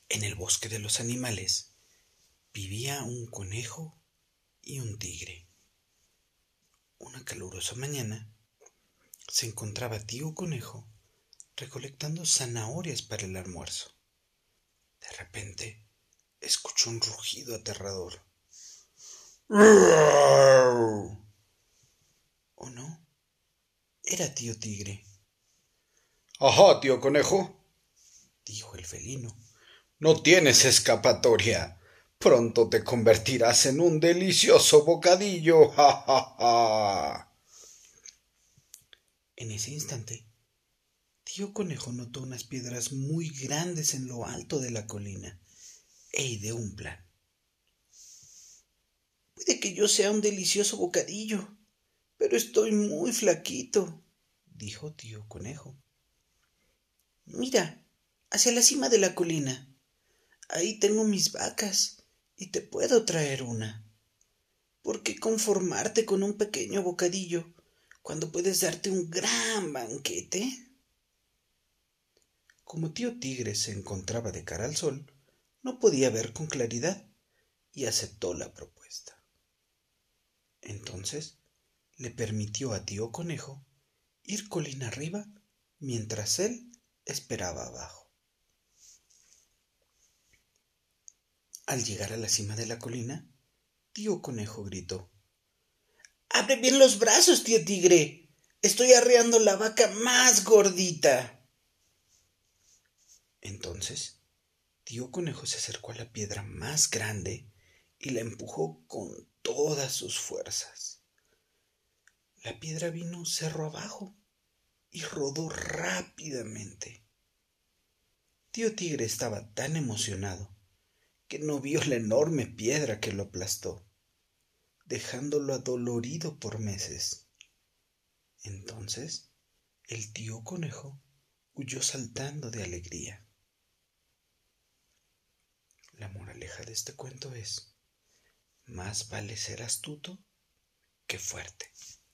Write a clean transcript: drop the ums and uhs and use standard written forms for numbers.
En el bosque de los animales vivía un conejo y un tigre. Una calurosa mañana se encontraba Tío Conejo recolectando zanahorias para el almuerzo. De repente escuchó un rugido aterrador. ¿O no? Era Tío Tigre. Ajá, tío Conejo, Dijo el felino. no tienes escapatoria. Pronto te convertirás en un delicioso bocadillo. Ja, ja, ja. En ese instante, Tío Conejo notó unas piedras muy grandes en lo alto de la colina e ideó un plan. Puede que yo sea un delicioso bocadillo, pero estoy muy flaquito, dijo Tío Conejo. Mira, hacia la cima de la colina. Ahí tengo mis vacas y te puedo traer una. ¿Por qué conformarte con un pequeño bocadillo cuando puedes darte un gran banquete? Como Tío Tigre se encontraba de cara al sol, no podía ver con claridad y aceptó la propuesta. Entonces le permitió a Tío Conejo ir colina arriba mientras él esperaba abajo. Al llegar a la cima de la colina, Tío Conejo gritó: ¡Abre bien los brazos, tío Tigre! Estoy arreando la vaca más gordita. Entonces, Tío Conejo se acercó a la piedra más grande y la empujó con todas sus fuerzas. La piedra vino cerro abajo y rodó rápidamente. Tío Tigre estaba tan emocionado que no vio la enorme piedra que lo aplastó, dejándolo adolorido por meses. Entonces, el tío Conejo huyó saltando de alegría. La moraleja de este cuento es: más vale ser astuto que fuerte.